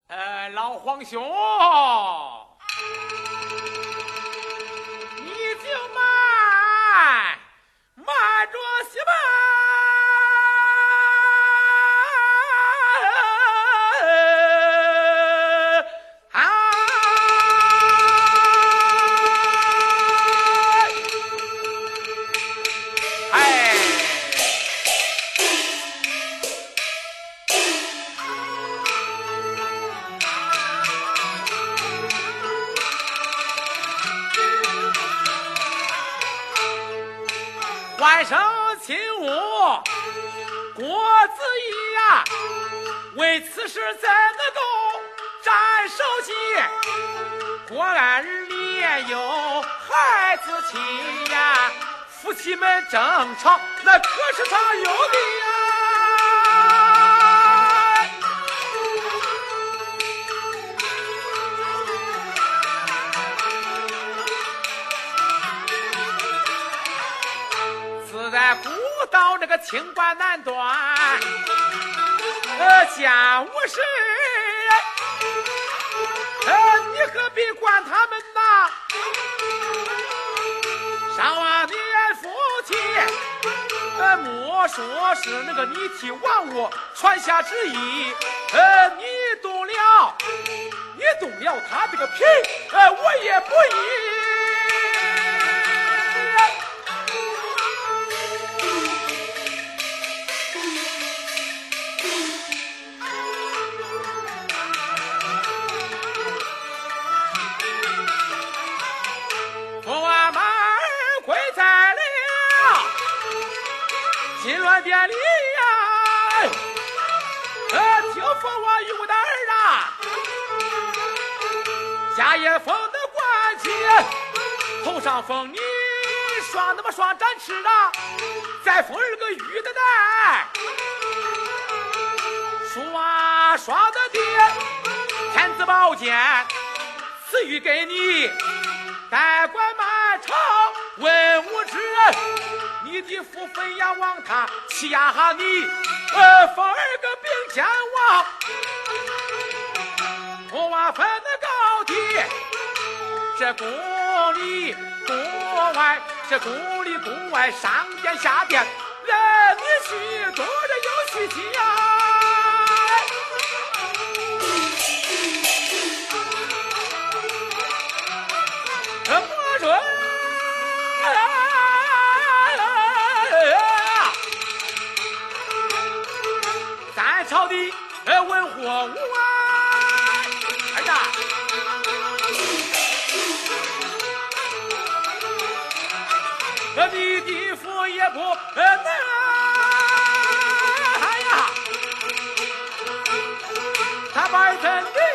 老皇兄，你就慢着些吧。欢声亲舞，郭子仪呀，为此事怎能够斩首级？郭安儿连有孩子亲呀，夫妻们争吵，那可是常有的呀。在古道那个清官难断，家务事，你何必管他们呐？上年夫妻，莫说是那个你替王我传下旨意，你动了他这个皮，我也不依。金銮殿里呀，听凤凰玉的儿啊，下夜封的官旗，头上封你双那么双展翅啊，再封儿个玉的带，双的爹，天子宝剑，赐予给你，代管满朝文武之人。你的父分呀王他欺压哈你，封儿个兵将王，我万分的高低，这宫里宫外，这宫里宫外上殿下殿，任你去多着有虚气呀。不准朝的文火无啊，儿子，你的父也不能，哎呀，他把真的。